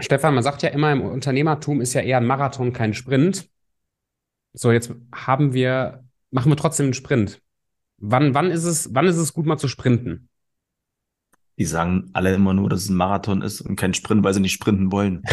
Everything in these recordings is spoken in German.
Stefan, man sagt ja immer, im Unternehmertum ist ja eher ein Marathon, kein Sprint. So, jetzt machen wir trotzdem einen Sprint. Wann ist es gut, mal zu sprinten? Die sagen alle immer nur, dass es ein Marathon ist und kein Sprint, weil sie nicht sprinten wollen.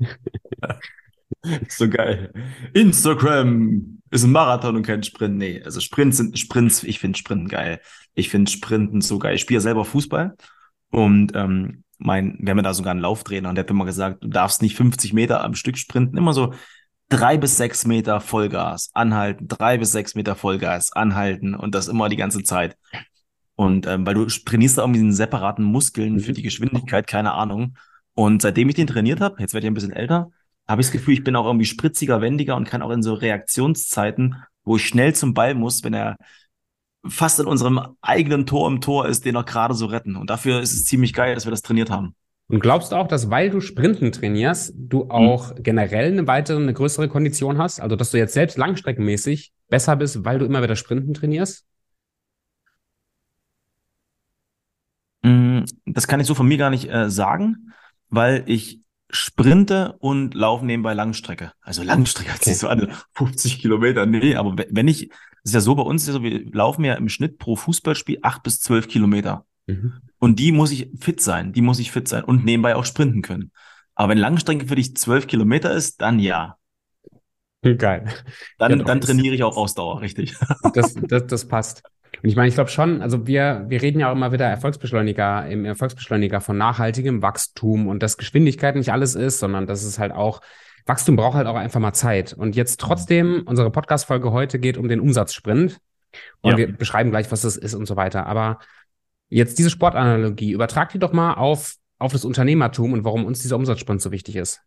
Ist so geil. Instagram ist ein Marathon und kein Sprint. Nee, also Sprints sind Sprints. Ich finde Sprinten geil. Ich finde Sprinten so geil. Ich spiele ja selber Fußball und wir haben ja da sogar einen Lauftrainer und der hat immer gesagt, du darfst nicht 50 Meter am Stück sprinten, immer so 3 bis 6 Meter Vollgas anhalten, 3 bis 6 Meter Vollgas anhalten und das immer die ganze Zeit. Und weil du trainierst da irgendwie einen separaten Muskeln für Mhm. die Geschwindigkeit, keine Ahnung. Und seitdem ich den trainiert habe, jetzt werde ich ein bisschen älter, habe ich das Gefühl, ich bin auch irgendwie spritziger, wendiger und kann auch in so Reaktionszeiten, wo ich schnell zum Ball muss, wenn er fast in unserem eigenen Tor im Tor ist, den auch gerade so retten. Und dafür ist es ziemlich geil, dass wir das trainiert haben. Und glaubst du auch, dass weil du Sprinten trainierst, du Mhm. auch generell eine größere Kondition hast? Also, dass du jetzt selbst langstreckenmäßig besser bist, weil du immer wieder Sprinten trainierst? Das kann ich so von mir gar nicht sagen, weil ich sprinte und laufe nebenbei Langstrecke. Also Langstrecke hört sich Okay. so an, 50 Kilometer. Nee, aber wenn ich, es ist ja so, bei uns ist ja so, wir laufen ja im Schnitt pro Fußballspiel 8 bis 12 Kilometer. Mhm. Und die muss ich fit sein, die muss ich fit sein und nebenbei auch sprinten können. Aber wenn Langstrecke für dich 12 Kilometer ist, dann ja. Geil. Ja, Dann doch. trainiere ich auch Ausdauer, richtig. Das passt. Und ich meine, ich glaube schon, also wir reden ja auch immer wieder im Erfolgsbeschleuniger von nachhaltigem Wachstum und dass Geschwindigkeit nicht alles ist, sondern dass es halt auch, Wachstum braucht halt auch einfach mal Zeit. Und jetzt trotzdem, unsere Podcast-Folge heute geht um den Umsatzsprint und Ja. wir beschreiben gleich, was das ist und so weiter. Aber jetzt diese Sportanalogie, übertrag die doch mal auf das Unternehmertum und warum uns dieser Umsatzsprint so wichtig ist.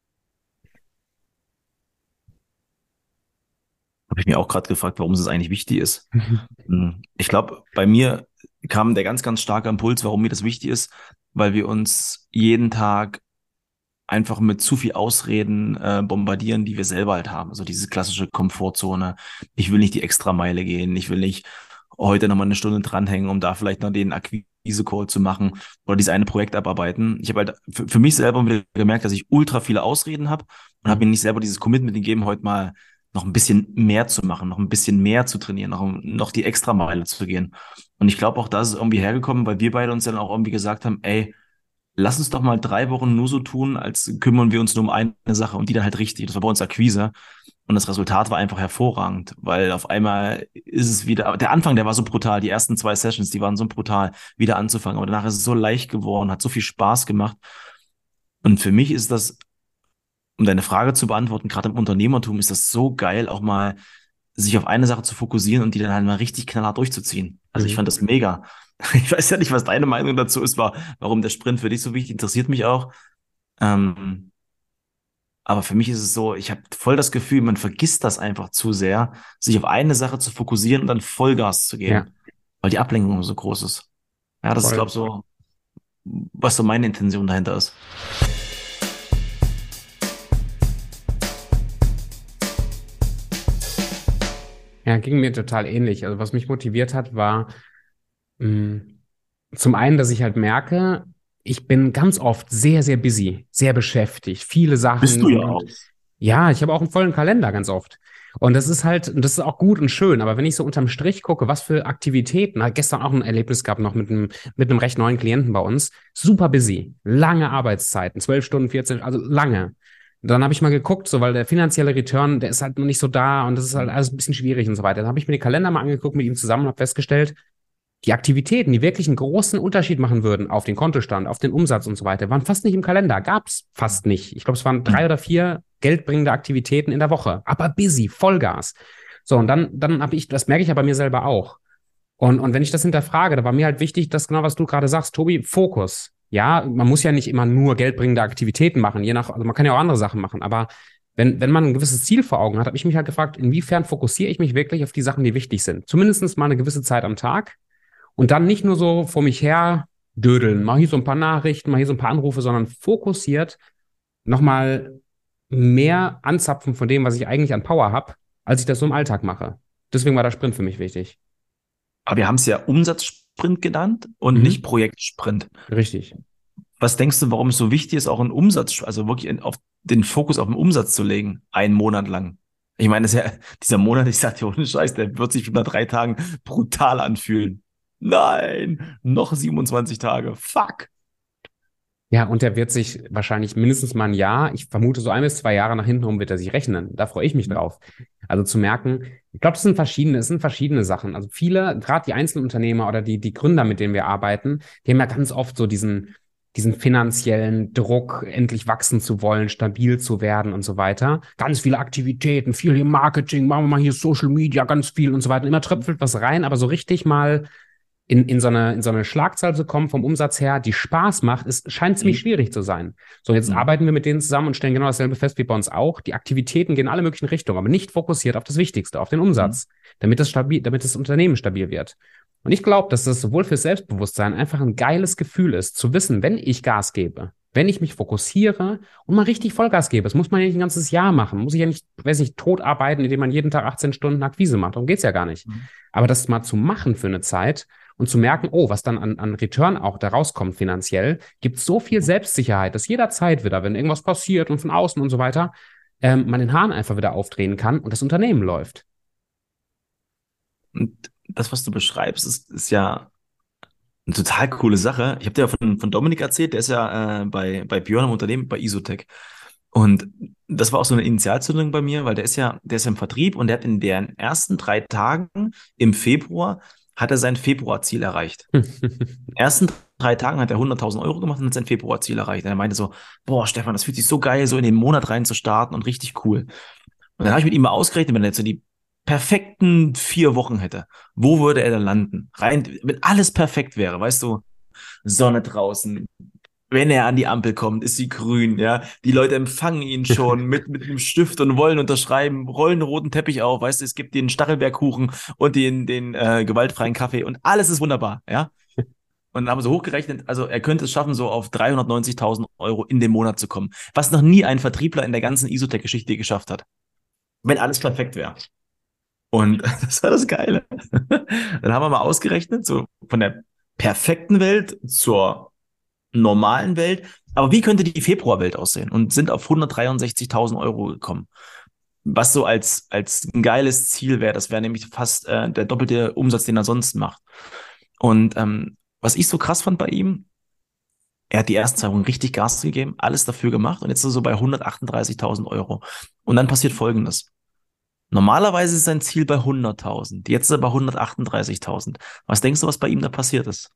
Habe ich mir auch gerade gefragt, warum es eigentlich wichtig ist. Ich glaube, bei mir kam der ganz, ganz starke Impuls, warum mir das wichtig ist, weil wir uns jeden Tag einfach mit zu viel Ausreden bombardieren, die wir selber halt haben. Also diese klassische Komfortzone. Ich will nicht die Extrameile gehen. Ich will nicht heute nochmal eine Stunde dranhängen, um da vielleicht noch den Akquise-Call zu machen oder dieses eine Projekt abarbeiten. Ich habe halt für mich selber wieder gemerkt, dass ich ultra viele Ausreden habe und habe mir nicht selber dieses Commitment gegeben, heute mal noch ein bisschen mehr zu machen, noch ein bisschen mehr zu trainieren, noch die Extrameile zu gehen. Und ich glaube auch, da ist es irgendwie hergekommen, weil wir beide uns dann auch irgendwie gesagt haben, ey, lass uns doch mal 3 Wochen nur so tun, als kümmern wir uns nur um eine Sache und die dann halt richtig. Das war bei uns Akquise. Und das Resultat war einfach hervorragend, weil auf einmal ist es wieder, der Anfang, der war so brutal, die ersten 2 Sessions, die waren so brutal, wieder anzufangen. Aber danach ist es so leicht geworden, hat so viel Spaß gemacht. Und für mich ist das, um deine Frage zu beantworten, gerade im Unternehmertum ist das so geil, auch mal sich auf eine Sache zu fokussieren und die dann halt mal richtig knallhart durchzuziehen. Also ich Mhm. fand das mega. Ich weiß ja nicht, was deine Meinung dazu ist, warum der Sprint für dich so wichtig interessiert mich auch. Ähm, aber für mich ist es so, ich habe voll das Gefühl, man vergisst das einfach zu sehr, sich auf eine Sache zu fokussieren und dann Vollgas zu Ja, geben, weil die Ablenkung so groß ist. Ja, das ist, voll. glaube ich, so, was so meine Intention dahinter ist. Ja, ging mir total ähnlich. Also was mich motiviert hat, war mh, zum einen, dass ich halt merke, ich bin ganz oft sehr, sehr busy, sehr beschäftigt, viele Bist Sachen du ja und auch. ja, ich habe auch einen vollen Kalender ganz oft. Und das ist auch gut und schön, aber wenn ich so unterm Strich gucke, was für Aktivitäten, gestern auch ein Erlebnis gehabt noch mit einem recht neuen Klienten bei uns, super busy, lange Arbeitszeiten, 12 Stunden, 14, also lange. Dann habe ich mal geguckt, so, weil der finanzielle Return, der ist halt noch nicht so da und das ist halt alles ein bisschen schwierig und so weiter. Dann habe ich mir den Kalender mal angeguckt mit ihm zusammen und habe festgestellt, die Aktivitäten, die wirklich einen großen Unterschied machen würden auf den Kontostand, auf den Umsatz und so weiter, waren fast nicht im Kalender. Gab's fast nicht. Ich glaube, es waren 3 oder 4 geldbringende Aktivitäten in der Woche. Aber busy, Vollgas. So, und dann habe ich, das merke ich ja bei mir selber auch. Und wenn ich das hinterfrage, da war mir halt wichtig, dass genau, was du gerade sagst, Tobi, Fokus. Ja, man muss ja nicht immer nur geldbringende Aktivitäten machen, also man kann ja auch andere Sachen machen, aber wenn man ein gewisses Ziel vor Augen hat, habe ich mich halt gefragt, inwiefern fokussiere ich mich wirklich auf die Sachen, die wichtig sind. Zumindest mal eine gewisse Zeit am Tag und dann nicht nur so vor mich her dödeln, mal hier so ein paar Nachrichten, mal hier so ein paar Anrufe, sondern fokussiert nochmal mehr anzapfen von dem, was ich eigentlich an Power habe, als ich das so im Alltag mache. Deswegen war der Sprint für mich wichtig. Aber wir haben es ja Umsatzsprint genannt und nicht Mhm. Projektsprint. Richtig. Was denkst du, warum es so wichtig ist, auch einen Umsatz, also wirklich auf den Fokus auf den Umsatz zu legen, einen Monat lang? Ich meine, das ist ja, dieser Monat, ich sag dir ohne Scheiß, der wird sich nach 3 Tagen brutal anfühlen. Nein, noch 27 Tage. Fuck. Ja, und der wird sich wahrscheinlich mindestens mal ein Jahr, ich vermute so 1 bis 2 Jahre nach hinten rum wird er sich rechnen. Da freue ich mich drauf. Also zu merken, ich glaube, es sind verschiedene Sachen. Also viele, gerade die Einzelunternehmer oder die Gründer, mit denen wir arbeiten, die haben ja ganz oft so diesen finanziellen Druck, endlich wachsen zu wollen, stabil zu werden und so weiter. Ganz viele Aktivitäten, viel hier Marketing, machen wir mal hier Social Media, ganz viel und so weiter. Und immer tröpfelt was rein, aber so richtig mal in so eine Schlagzahl zu kommen vom Umsatz her, die Spaß macht, scheint ziemlich Mhm. schwierig zu sein. So, jetzt Mhm. arbeiten wir mit denen zusammen und stellen genau dasselbe fest wie bei uns auch. Die Aktivitäten gehen in alle möglichen Richtungen, aber nicht fokussiert auf das Wichtigste, auf den Mhm. Umsatz, damit das Unternehmen stabil wird. Und ich glaube, dass das sowohl fürs Selbstbewusstsein einfach ein geiles Gefühl ist, zu wissen, wenn ich Gas gebe, wenn ich mich fokussiere und mal richtig Vollgas gebe, das muss man ja nicht ein ganzes Jahr machen, muss ich ja nicht, weiß nicht, tot arbeiten, indem man jeden Tag 18 Stunden Akquise macht, darum geht's ja gar nicht. Mhm. Aber das mal zu machen für eine Zeit, und zu merken, oh, was dann an Return auch da rauskommt finanziell, gibt so viel Selbstsicherheit, dass jederzeit wieder, wenn irgendwas passiert und von außen und so weiter, man den Hahn einfach wieder aufdrehen kann und das Unternehmen läuft. Und das, was du beschreibst, ist ja eine total coole Sache. Ich habe dir ja von Dominik erzählt, der ist ja bei Björn im Unternehmen, bei Isotech. Und das war auch so eine Initialzündung bei mir, weil der ist ja im Vertrieb und der hat in den ersten 3 Tagen im Februar, hat er sein Februarziel erreicht. Ersten 3 Tagen hat er 100.000 € gemacht und hat sein Februarziel erreicht. Und er meinte so, boah, Stefan, das fühlt sich so geil, so in den Monat rein zu starten und richtig cool. Und dann habe ich mit ihm mal ausgerechnet, wenn er jetzt so die perfekten 4 Wochen hätte, wo würde er da landen? Rein, wenn alles perfekt wäre, weißt du, Sonne draußen, wenn er an die Ampel kommt, ist sie grün, ja. Die Leute empfangen ihn schon mit einem Stift und wollen unterschreiben, rollen einen roten Teppich auf, weißt du, es gibt den Stachelbeerkuchen und den gewaltfreien Kaffee und alles ist wunderbar, ja. Und dann haben wir so hochgerechnet, also er könnte es schaffen, so auf 390.000 € in dem Monat zu kommen, was noch nie ein Vertriebler in der ganzen Isotech-Geschichte geschafft hat, wenn alles perfekt wäre. Und das war das Geile. Dann haben wir mal ausgerechnet, so von der perfekten Welt zur normalen Welt. Aber wie könnte die Februarwelt aussehen? Und sind auf 163.000 € gekommen. Was so als ein geiles Ziel wäre, das wäre nämlich fast der doppelte Umsatz, den er sonst macht. Und was ich so krass fand bei ihm, er hat die ersten 2 Wochen richtig Gas gegeben, alles dafür gemacht und jetzt ist er so bei 138.000 €. Und dann passiert Folgendes. Normalerweise ist sein Ziel bei 100.000. Jetzt ist er bei 138.000. Was denkst du, was bei ihm da passiert ist?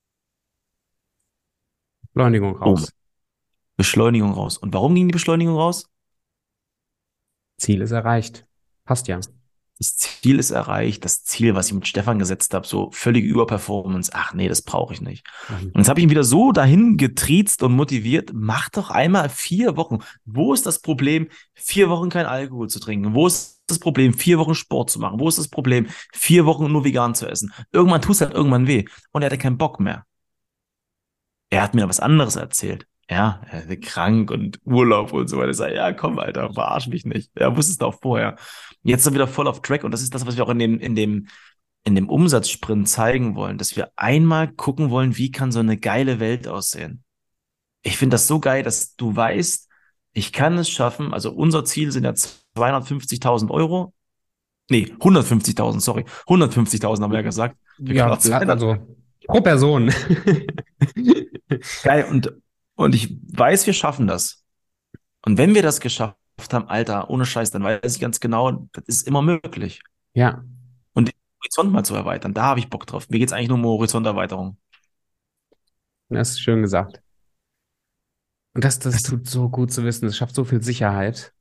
Beschleunigung Boom. raus. Beschleunigung raus. Und warum ging die Beschleunigung raus? Ziel ist erreicht. Passt ja. Das Ziel ist erreicht, das Ziel, was ich mit Stefan gesetzt habe, so völlige Überperformance. Ach nee, das brauche ich nicht. Mhm. Und jetzt habe ich ihn wieder so dahin getriezt und motiviert. Mach doch einmal 4 Wochen. Wo ist das Problem, 4 Wochen kein Alkohol zu trinken? Wo ist das Problem, 4 Wochen Sport zu machen? Wo ist das Problem, 4 Wochen nur vegan zu essen? Irgendwann tut es halt irgendwann weh. Und er hatte keinen Bock mehr. Er hat mir was anderes erzählt. Ja, er ist krank und Urlaub und so weiter. Ich sage, ja, komm, Alter, verarsch mich nicht. Er wusste es doch vorher. Jetzt ist er wieder voll auf Track und das ist das, was wir auch in dem Umsatzsprint zeigen wollen, dass wir einmal gucken wollen, wie kann so eine geile Welt aussehen. Ich finde das so geil, dass du weißt, ich kann es schaffen. Also unser Ziel sind ja 250.000 €. Nee, 150.000, sorry. 150.000 haben wir ja gesagt. Ja, Genau, 200. also pro Person. Geil. Und ich weiß, wir schaffen das. Und wenn wir das geschafft haben, Alter, ohne Scheiß, dann weiß ich ganz genau, das ist immer möglich. Ja, Und den Horizont mal zu erweitern, da habe ich Bock drauf. Mir geht's eigentlich nur um Horizonterweiterung. das ist schön gesagt. Und das Weißt du? tut so gut zu wissen. Das schafft so viel Sicherheit.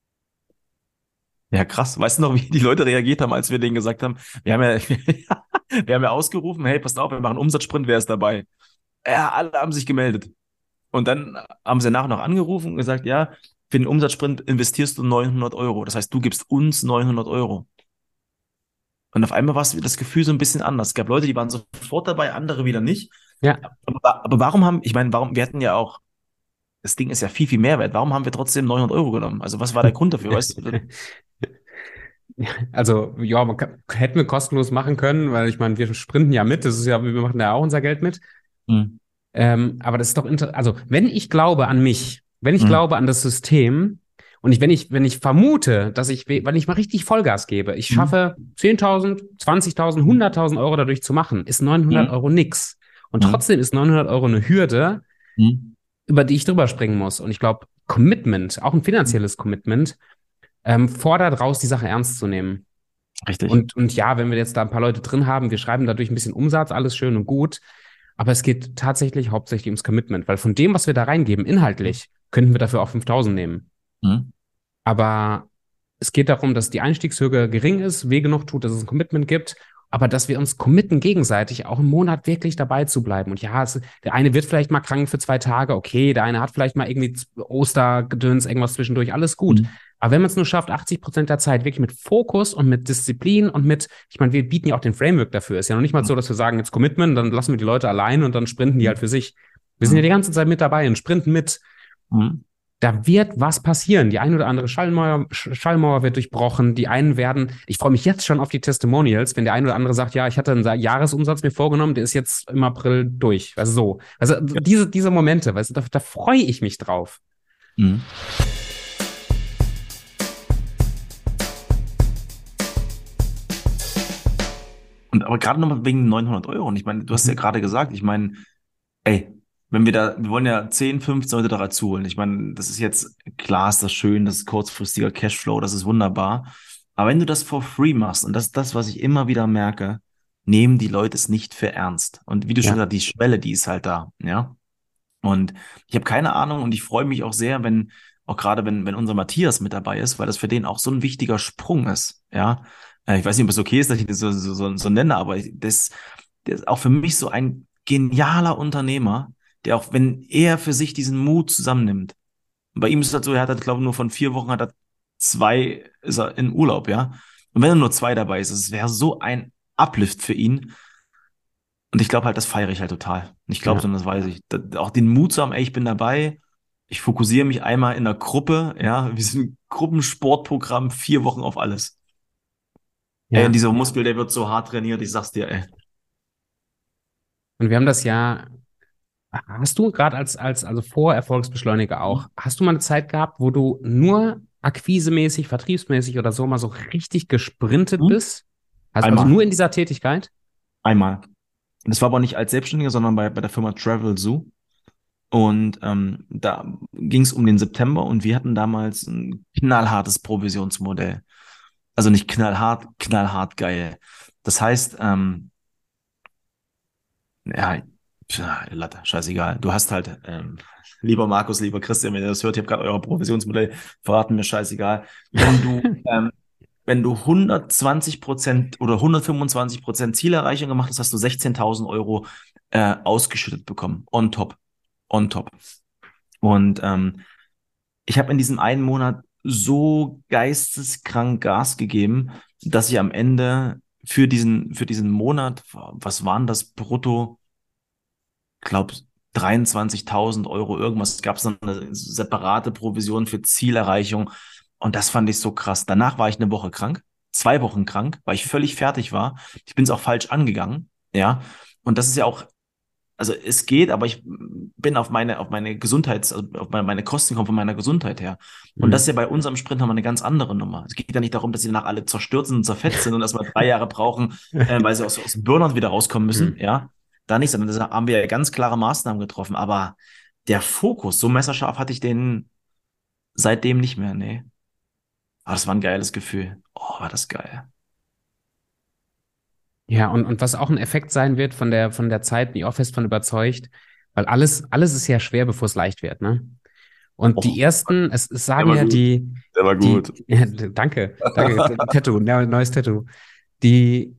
Ja, krass. Weißt du noch, wie die Leute reagiert haben, als wir denen gesagt haben, wir haben ja, wir haben ja ausgerufen, hey, passt auf, wir machen Umsatzsprint, wer ist dabei? Ja, alle haben sich gemeldet. Und dann haben sie nachher noch angerufen und gesagt, ja, für den Umsatzsprint investierst du 900 €. Das heißt, du gibst uns 900 €. Und auf einmal war es das Gefühl so ein bisschen anders. Es gab Leute, die waren sofort dabei, andere wieder nicht. Ja. Aber warum ich meine, wir hatten ja auch, das Ding ist ja viel, viel mehr wert. Warum haben wir trotzdem 900 € genommen? Also was war der Grund dafür, weißt du? Also, ja, hätten wir kostenlos machen können, weil ich meine, wir sprinten ja mit. Das ist ja, wir machen ja auch unser Geld mit. Hm. Aber das ist doch also wenn ich glaube an mich, wenn ich Mhm. glaube an das System und wenn ich vermute, wenn ich mal richtig Vollgas gebe, ich Mhm. schaffe 10.000, 20.000, Mhm. 100.000 Euro dadurch zu machen, ist 900 Mhm. Euro nix. Und Mhm. trotzdem ist 900 Euro eine Hürde, Mhm. über die ich drüber springen muss. Und ich glaube, Commitment, auch ein finanzielles Commitment, fordert raus, die Sache ernst zu nehmen. Richtig. Und ja, wenn wir jetzt da ein paar Leute drin haben, wir schreiben dadurch ein bisschen Umsatz, alles schön und gut. Aber es geht tatsächlich hauptsächlich ums Commitment, weil von dem, was wir da reingeben, inhaltlich, könnten wir dafür auch 5.000 nehmen. Mhm. Aber es geht darum, dass die Einstiegshürde gering ist, weh genug tut, dass es ein Commitment gibt, aber dass wir uns committen gegenseitig, auch im Monat wirklich dabei zu bleiben. Und ja, der eine wird vielleicht mal krank für 2 Tage, okay, der eine hat vielleicht mal irgendwie Ostergedöns, irgendwas zwischendurch, alles gut. Mhm. Aber wenn man es nur schafft, 80% der Zeit wirklich mit Fokus und mit Disziplin und ich meine, wir bieten ja auch den Framework dafür. Ist ja noch nicht mal so, dass wir sagen, jetzt Commitment, dann lassen wir die Leute allein und dann sprinten die halt für sich. Wir sind ja die Mhm. ganze Zeit mit dabei und sprinten mit. Mhm. Da wird was passieren. Die eine oder andere Schallmauer wird durchbrochen. Die einen werden, ich freue mich jetzt schon auf die Testimonials, wenn der eine oder andere sagt, ja, ich hatte einen Jahresumsatz mir vorgenommen, der ist jetzt im April durch. Also so. Also Ja. diese Momente, weißt du, da freue ich mich drauf. Mhm. Und aber gerade nochmal wegen 900 Euro. Und ich meine, du hast ja Mhm. gerade gesagt, ich meine, ey, wenn wir wollen ja 10, 15 Leute dazu holen. Ich meine, das ist jetzt, klar ist das schön, das ist kurzfristiger Cashflow, das ist wunderbar. Aber wenn du das for free machst, und das ist das, was ich immer wieder merke, nehmen die Leute es nicht für ernst. Und wie du schon Ja, gesagt, die Schwelle, die ist halt da, ja. Und ich habe keine Ahnung und ich freue mich auch sehr, auch gerade wenn unser Matthias mit dabei ist, weil das für den auch so ein wichtiger Sprung ist, ja. Ich weiß nicht, ob es okay ist, dass ich das so nenne, aber der ist auch für mich so ein genialer Unternehmer, der auch, wenn er für sich diesen Mut zusammennimmt, und bei ihm ist es halt so, er hat halt, glaube ich, nur von 4 Wochen hat er ist er in Urlaub, ja. Und wenn er nur zwei dabei ist, es wäre so ein Uplift für ihn. Und ich glaube halt, das feiere ich halt total. Nicht glaube, ja. sondern das weiß ich. Auch den Mut zu haben, ey, ich bin dabei. Ich fokussiere mich einmal in der Gruppe, ja, wir sind ein Gruppensportprogramm, 4 Wochen auf alles. Ey, und Ja. dieser Muskel, der wird so hart trainiert, ich sag's dir, ey. Und wir haben das ja, hast du gerade also Vorerfolgsbeschleuniger auch, Mhm. hast du mal eine Zeit gehabt, wo du nur akquisemäßig, vertriebsmäßig oder so mal so richtig gesprintet Mhm. bist? Also Einmal. nur in dieser Tätigkeit? Einmal. Das war aber nicht als Selbstständiger, sondern bei der Firma Travel Zoo. Und da ging es um den September und wir hatten damals ein knallhartes Provisionsmodell. Also nicht knallhart, knallhart geil. Das heißt, ja, Latte, scheißegal. Du hast halt, lieber Markus, lieber Christian, wenn ihr das hört, ich habe gerade euer Provisionsmodell verraten, mir scheißegal. Wenn du, ähm, wenn du 120% oder 125% Zielerreichung gemacht hast, hast du 16.000 Euro ausgeschüttet bekommen. On top. On top. Und ich habe in diesem einen Monat so geisteskrank Gas gegeben, dass ich am Ende für diesen Monat, was waren das brutto? Glaube 23.000 Euro irgendwas. Gab es dann eine separate Provision für Zielerreichung. Und das fand ich so krass. Danach war ich eine Woche krank, 2 Wochen krank, weil ich völlig fertig war. Ich bin es auch falsch angegangen. Ja. Und das ist ja auch, also es geht, aber ich bin auf meine also auf meine Kosten kommen von meiner Gesundheit her. Und das ist Mhm. ja bei unserem Sprint haben wir eine ganz andere Nummer. Es geht ja nicht darum, dass sie danach alle zerstört sind und zerfetzt sind und erstmal 3 Jahre brauchen, weil sie aus dem Burnout wieder rauskommen müssen, Mhm. ja. Da nicht, sondern da haben wir ja ganz klare Maßnahmen getroffen. Aber der Fokus, so messerscharf hatte ich den seitdem nicht mehr, nee. Aber das war ein geiles Gefühl. Oh, war das geil. Ja, und was auch ein Effekt sein wird von der Zeit, bin ich auch fest von überzeugt, weil alles ist ja schwer, bevor es leicht wird, ne? Und die Oh, ersten, es der sagen war ja gut. Der war gut. ja, danke, Tattoo, neues Tattoo. Die,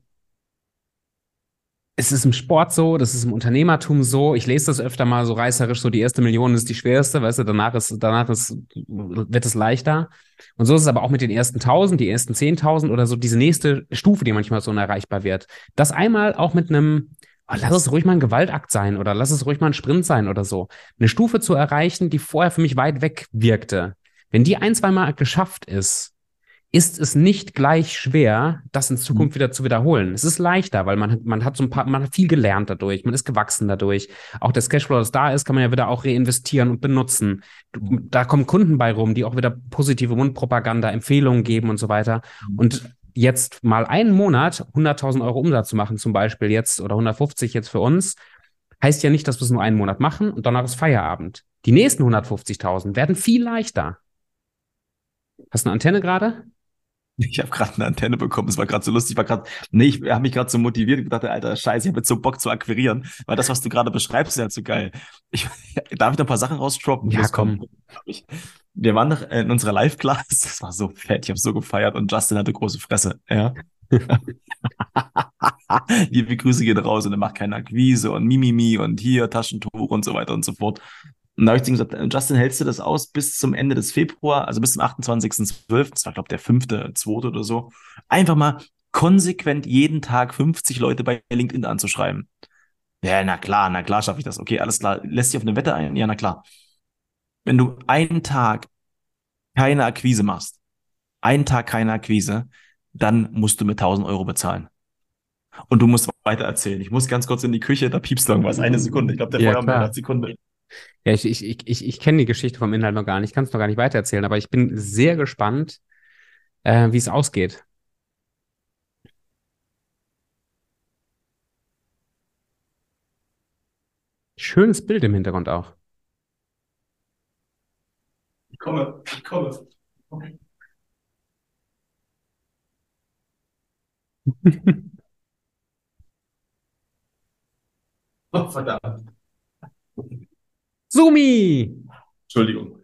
Es ist im Sport so, das ist im Unternehmertum so. Ich lese das öfter mal so reißerisch, so die erste Million ist die schwerste, weißt du, wird es leichter. Und so ist es aber auch mit den ersten 1.000, die ersten 10.000 oder so, diese nächste Stufe, die manchmal so unerreichbar wird. Das einmal auch mit einem, lass es ruhig mal ein Gewaltakt sein oder lass es ruhig mal ein Sprint sein oder so. Eine Stufe zu erreichen, die vorher für mich weit weg wirkte. Wenn die ein, zweimal geschafft ist, ist es nicht gleich schwer, das in Mhm. Zukunft wieder zu wiederholen. Es ist leichter, weil man hat so ein paar, man hat viel gelernt dadurch, man ist gewachsen dadurch. Auch das Cashflow, das da ist, kann man ja wieder auch reinvestieren und benutzen. Da kommen Kunden bei rum, die auch wieder positive Mundpropaganda, Empfehlungen geben und so weiter. Und jetzt mal einen Monat 100.000 € Umsatz zu machen, zum Beispiel jetzt oder 150 jetzt für uns, heißt ja nicht, dass wir es nur einen Monat machen und danach ist Feierabend. Die nächsten 150.000 werden viel leichter. Hast du eine Antenne gerade? Ich habe gerade eine Antenne bekommen. Es war gerade so lustig. Nee, ich habe mich gerade so motiviert. Ich dachte, Alter, Scheiße, ich habe jetzt so Bock zu akquirieren, weil das, was du gerade beschreibst, ist ja so geil. Ich, darf ich noch ein paar Sachen rausdroppen? Ja, Los, komm. komm. Ich, wir waren noch in unserer Live-Class. Das war so fett. Ich habe so gefeiert und Justin hatte große Fresse. Ja. Liebe Grüße gehen raus und er macht keine Akquise und Mimimi und hier Taschentuch und so weiter und so fort. Und da habe ich zu ihm gesagt, Justin, hältst du das aus bis zum Ende des Februar, also bis zum 28.12., das war, glaube ich, der 5.2. oder so, einfach mal konsequent jeden Tag 50 Leute bei LinkedIn anzuschreiben. Ja, na klar schaffe ich das. Okay, alles klar. Lässt sich auf eine Wette ein? Ja, na klar. Wenn du einen Tag keine Akquise machst, einen Tag keine Akquise, dann musst du mir 1.000 € bezahlen. Und du musst weiter erzählen. Ich muss ganz kurz in die Küche, da piepst irgendwas. Eine Sekunde. Ich glaube, der Ja, Feuermelder hat klar. Sekunde. Ja, ich kenne die Geschichte vom Inhalt noch gar nicht, kann es noch gar nicht weitererzählen, aber ich bin sehr gespannt, wie es ausgeht. Schönes Bild im Hintergrund auch. Ich komme, ich komme. Oh, verdammt. Sumi! Entschuldigung.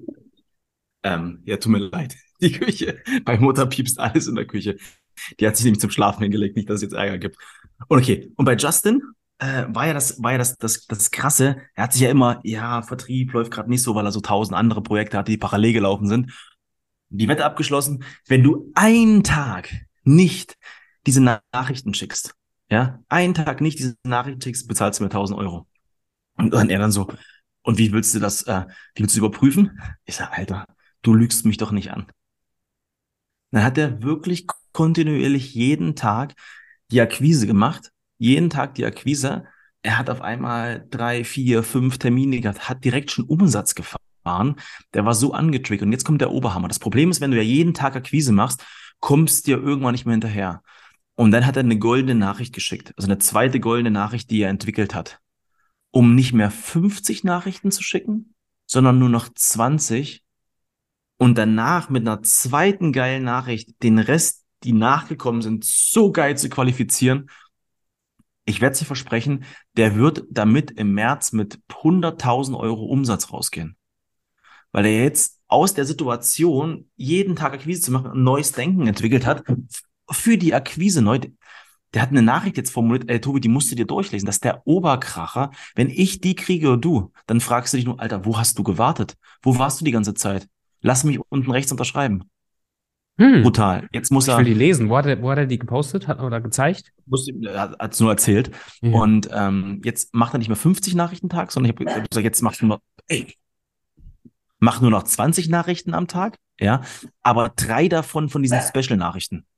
Ja, tut mir leid. Die Küche. Bei Mutter piepst alles in der Küche. Die hat sich nämlich zum Schlafen hingelegt, nicht, dass es jetzt Ärger gibt. Und okay. Und bei Justin war ja das Krasse. Er hat sich ja immer, ja, Vertrieb läuft gerade nicht so, weil er so 1.000 andere Projekte hatte, die parallel gelaufen sind. Die Wette abgeschlossen, wenn du einen Tag nicht diese Nachrichten schickst, ja, einen Tag nicht diese Nachrichten schickst, bezahlst du mir 1.000 €. Und dann er dann so, und wie willst du überprüfen? Ich sag, Alter, du lügst mich doch nicht an. Dann hat er wirklich kontinuierlich jeden Tag die Akquise gemacht, jeden Tag die Akquise. Er hat auf einmal 3, 4, 5 Termine gehabt, hat direkt schon Umsatz gefahren. Der war so angetriggert. Und jetzt kommt der Oberhammer. Das Problem ist, wenn du ja jeden Tag Akquise machst, kommst dir irgendwann nicht mehr hinterher. Und dann hat er eine goldene Nachricht geschickt, also eine zweite goldene Nachricht, die er entwickelt hat, um nicht mehr 50 Nachrichten zu schicken, sondern nur noch 20 und danach mit einer zweiten geilen Nachricht den Rest, die nachgekommen sind, so geil zu qualifizieren. Ich werde dir versprechen, der wird damit im März mit 100.000 € Umsatz rausgehen. Weil er jetzt aus der Situation, jeden Tag Akquise zu machen, ein neues Denken entwickelt hat, für die Akquise neu. Der hat eine Nachricht jetzt formuliert, ey Tobi, die musst du dir durchlesen. Das ist der Oberkracher. Wenn ich die kriege oder du, dann fragst du dich nur, Alter, wo hast du gewartet? Wo warst du die ganze Zeit? Lass mich unten rechts unterschreiben. Hm, Brutal. Jetzt muss ich will er, die lesen. Wo hat er die gepostet hat, oder gezeigt? hat es nur erzählt. Ja. Und jetzt macht er nicht mehr 50 Nachrichten am Tag, sondern ich habe gesagt, jetzt machst du nur, ey, mach nur noch 20 Nachrichten am Tag, ja, aber 3 davon von diesen Special-Nachrichten.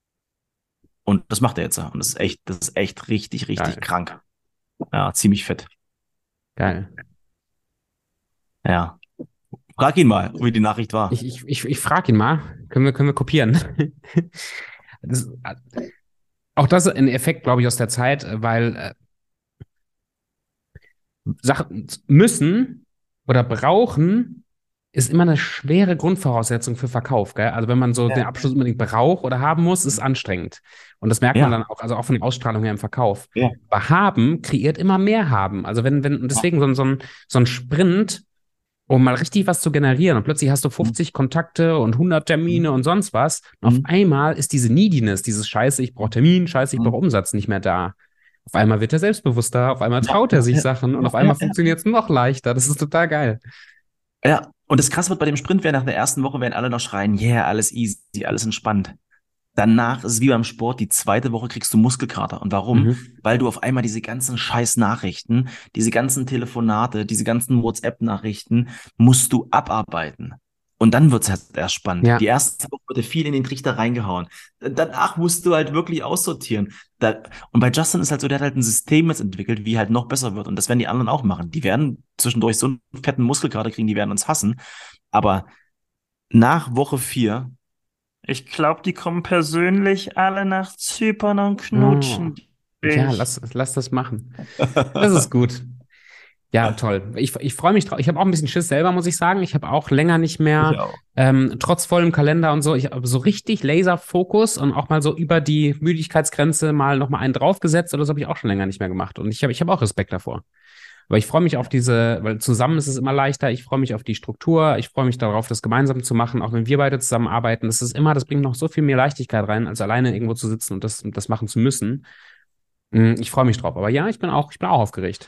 Und das macht er jetzt. Und das ist echt richtig, richtig Geil, krank. Ja, ziemlich fett. geil. Ja. Frag ihn mal, wie die Nachricht war. Ich frage ihn mal. Können wir kopieren? Das, auch das ist ein Effekt, glaube ich, aus der Zeit, weil Sachen müssen oder brauchen ist immer eine schwere Grundvoraussetzung für Verkauf, gell? Also wenn man so den Ja. Abschluss unbedingt braucht oder haben muss, ist anstrengend. Und das merkt man Ja, dann auch, also auch von der Ausstrahlung her im Verkauf. ja. Aber haben kreiert immer mehr haben. Also und deswegen so ein Sprint, um mal richtig was zu generieren. Und plötzlich hast du 50 Kontakte und 100 Termine und sonst was. Und auf einmal ist diese Neediness, dieses Scheiße, ich brauche Termin, Scheiße, ich brauche Umsatz nicht mehr da. Auf einmal wird er selbstbewusster, auf einmal Ja, traut er ja, sich ja, Sachen und ja, auf einmal ja, ja. funktioniert es noch leichter. Das ist total geil. Ja, und das Krasse wird bei dem Sprint wäre, nach der ersten Woche werden alle noch schreien, yeah, alles easy, alles entspannt. Danach ist es wie beim Sport, die zweite Woche kriegst du Muskelkater. Und warum? Mhm. Weil du auf einmal diese ganzen scheiß Nachrichten, diese ganzen Telefonate, diese ganzen WhatsApp-Nachrichten musst du abarbeiten. Und dann wird's erst spannend. Die Ja. erste Woche wird dir viel in den Trichter reingehauen. Danach musst du halt wirklich aussortieren. Und bei Justin ist halt so, der hat halt ein System jetzt entwickelt, wie halt noch besser wird. Und das werden die anderen auch machen. Die werden zwischendurch so einen fetten Muskelkater kriegen, die werden uns hassen. Aber nach Woche 4, ich glaube, die kommen persönlich alle nach Zypern und Oh. knutschen Ja, dich. lass das machen. Das ist gut. Ja, toll. Ich freue mich drauf. Ich habe auch ein bisschen Schiss selber, muss ich sagen. Ich habe auch länger nicht Ich mehr, auch. trotz vollem Kalender und so, ich habe so richtig Laserfokus und auch mal so über die Müdigkeitsgrenze mal noch mal einen draufgesetzt oder so habe ich auch schon länger nicht mehr gemacht. Und ich habe auch Respekt davor. Aber ich freue mich auf diese, weil zusammen ist es immer leichter. Ich freue mich auf die Struktur. Ich freue mich darauf, das gemeinsam zu machen, auch wenn wir beide zusammenarbeiten. Das bringt noch so viel mehr Leichtigkeit rein, als alleine irgendwo zu sitzen und das machen zu müssen. Ich freue mich drauf. Aber ja, ich bin auch aufgeregt.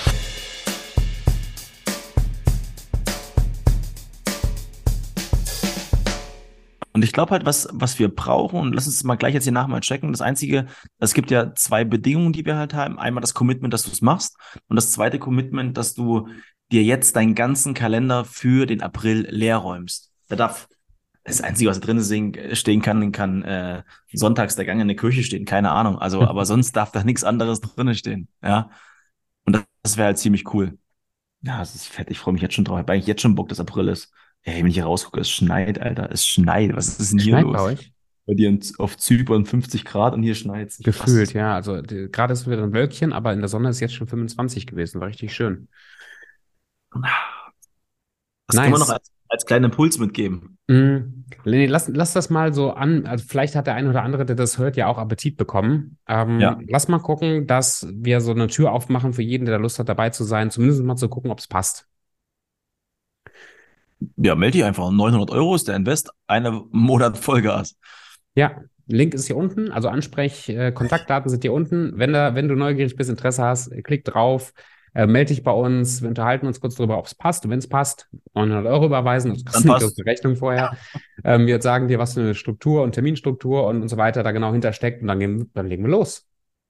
Und ich glaube halt, was wir brauchen, und lass uns das mal gleich jetzt hier nachher mal checken. Das Einzige, es gibt ja zwei Bedingungen, die wir halt haben. Einmal das Commitment, dass du es machst. Und das zweite Commitment, dass du dir jetzt deinen ganzen Kalender für den April leer räumst. Da darf das Einzige, was da drin stehen kann sonntags der Gang in der Kirche stehen. Keine Ahnung. Also, aber sonst darf da nichts anderes drin stehen. Ja. Und das wäre halt ziemlich cool. Ja, es ist fett. Ich freue mich jetzt schon drauf. Ich habe eigentlich jetzt schon Bock, dass April ist. Ey, wenn ich hier rausgucke, es schneit, Alter. Es schneit. Was ist denn hier Schneit bei los? euch? Bei dir auf Zypern 50 Grad und hier schneit's. Ich fasse Gefühlt, es. ja. Also gerade ist wieder ein Wölkchen, aber in der Sonne ist jetzt schon 25 gewesen. War richtig schön. Das können wir noch Nice. als kleinen Impuls mitgeben. Lenny, lass das mal so an. Also vielleicht hat der eine oder andere, der das hört, ja auch Appetit bekommen. Ja. Lass mal gucken, dass wir so eine Tür aufmachen für jeden, der da Lust hat, dabei zu sein. Zumindest mal zu gucken, ob es passt. Ja, melde dich einfach. 900 € ist der Invest. Eine Monat Vollgas. Ja, Link ist hier unten. Also Kontaktdaten sind hier unten. Wenn du neugierig bist, Interesse hast, klick drauf. Melde dich bei uns. Wir unterhalten uns kurz darüber, ob es passt. Und wenn es passt, 900 € überweisen. Das Dann kostet eine passt. große Rechnung vorher. Wir sagen dir, was für eine Struktur und Terminstruktur und so weiter da genau hintersteckt. Und dann legen wir los.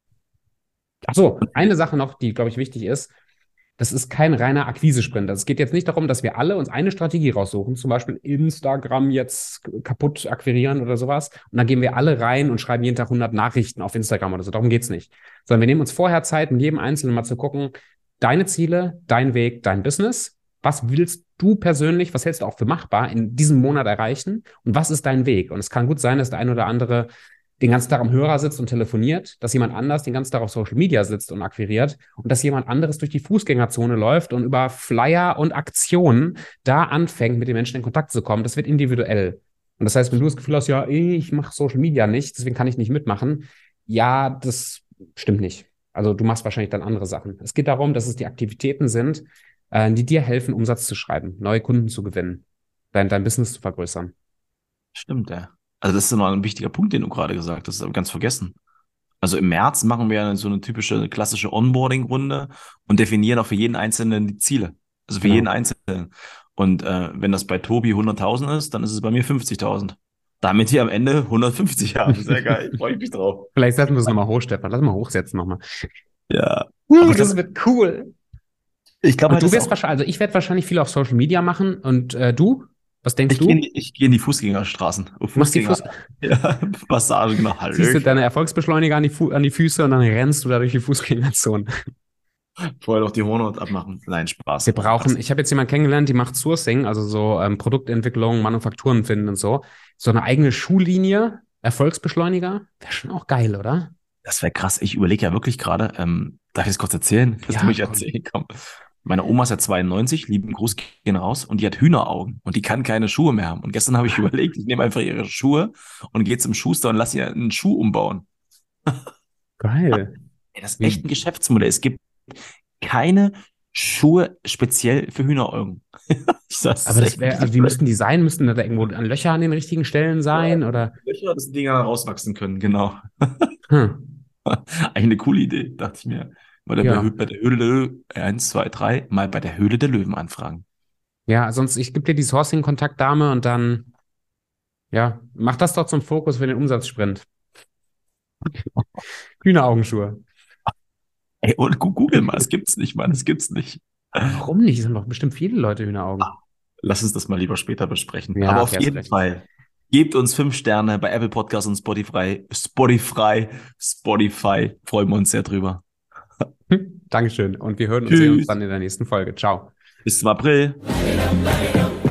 Ach so, eine Sache noch, die, glaube ich, wichtig ist. Das ist kein reiner Akquise-Sprint. Also es geht jetzt nicht darum, dass wir alle uns eine Strategie raussuchen, zum Beispiel Instagram jetzt kaputt akquirieren oder sowas. Und dann gehen wir alle rein und schreiben jeden Tag 100 Nachrichten auf Instagram oder so. Darum geht's nicht. Sondern wir nehmen uns vorher Zeit, mit jedem Einzelnen mal zu gucken, deine Ziele, dein Weg, dein Business. Was willst du persönlich, was hältst du auch für machbar in diesem Monat erreichen? Und was ist dein Weg? Und es kann gut sein, dass der ein oder andere den ganzen Tag am Hörer sitzt und telefoniert, dass jemand anders den ganzen Tag auf Social Media sitzt und akquiriert und dass jemand anderes durch die Fußgängerzone läuft und über Flyer und Aktionen da anfängt, mit den Menschen in Kontakt zu kommen. Das wird individuell. Und das heißt, wenn du das Gefühl hast, ja, ich mache Social Media nicht, deswegen kann ich nicht mitmachen, ja, das stimmt nicht. Also du machst wahrscheinlich dann andere Sachen. Es geht darum, dass es die Aktivitäten sind, die dir helfen, Umsatz zu schreiben, neue Kunden zu gewinnen, dein Business zu vergrößern. Stimmt, ja. Also das ist noch ein wichtiger Punkt, den du gerade gesagt hast. Das habe ich ganz vergessen. Also im März machen wir so eine typische klassische Onboarding-Runde und definieren auch für jeden Einzelnen die Ziele. Also für jeden Genau. Einzelnen. Und wenn das bei Tobi 100.000 ist, dann ist es bei mir 50.000. Damit wir am Ende 150 haben. Sehr geil. Freue ich mich drauf. Vielleicht setzen wir es nochmal hoch, Stefan. Lass mal hochsetzen nochmal. Ja. Aber Das wird cool. ich glaube Und halt, du dass wirst auch, wahrscheinlich, also ich werde wahrscheinlich viel auf Social Media machen. Und du? Was denkst du? ich geh in die Fußgängerstraßen. Du machst die Fußgänger, ja, Passage, genau. ziehst du deine Hallöchen. Erfolgsbeschleuniger an die Füße und dann rennst du da durch die Fußgängerzone. Vorher noch die Hornhaut abmachen. Nein, Spaß. Ich habe jetzt jemanden kennengelernt, die macht Sourcing, also so Produktentwicklung, Manufakturen finden und so. So eine eigene Schuhlinie, Erfolgsbeschleuniger. Wäre schon auch geil, oder? Das wäre krass. Ich überlege ja wirklich gerade, darf ich das kurz erzählen? Das du Ja, mich komm. erzählen, komm. Meine Oma ist ja 92, lieben Gruß gehen raus und die hat Hühneraugen und die kann keine Schuhe mehr haben. Und gestern habe ich überlegt, ich nehme einfach ihre Schuhe und gehe zum Schuster und lasse ihr einen Schuh umbauen. Geil. Ey, das ist echt Wie, ein Geschäftsmodell. Es gibt keine Schuhe speziell für Hühneraugen. Ich sag, das aber ist das echt ein wäre, also wie Geschäftsmodell. müssten die sein? Müssten da irgendwo an Löcher an den richtigen Stellen Ja, sein? Oder? Löcher, dass die Dinger rauswachsen können, genau. Hm. Eigentlich eine coole Idee, dachte ich mir. Ja. Bei der Höhle der Löwen, 1, 2, 3, mal bei der Höhle der Löwen anfragen. Ja, sonst, ich gebe dir die Sourcing-Kontaktdame und dann, ja, mach das doch zum Fokus für den Umsatzsprint. Hühneraugenschuhe. Ey, und Google mal, es gibt's nicht, Mann, es gibt's nicht. Aber warum nicht? Es haben doch bestimmt viele Leute Hühneraugen. Lass uns das mal lieber später besprechen. Ja, Aber auf okay, hast jeden recht. Fall, gebt uns 5 Sterne bei Apple Podcasts und Spotify. Freuen wir uns sehr drüber. Dankeschön. Und wir hören und sehen uns Tschüss. dann in der nächsten Folge. Ciao. Bis zum April.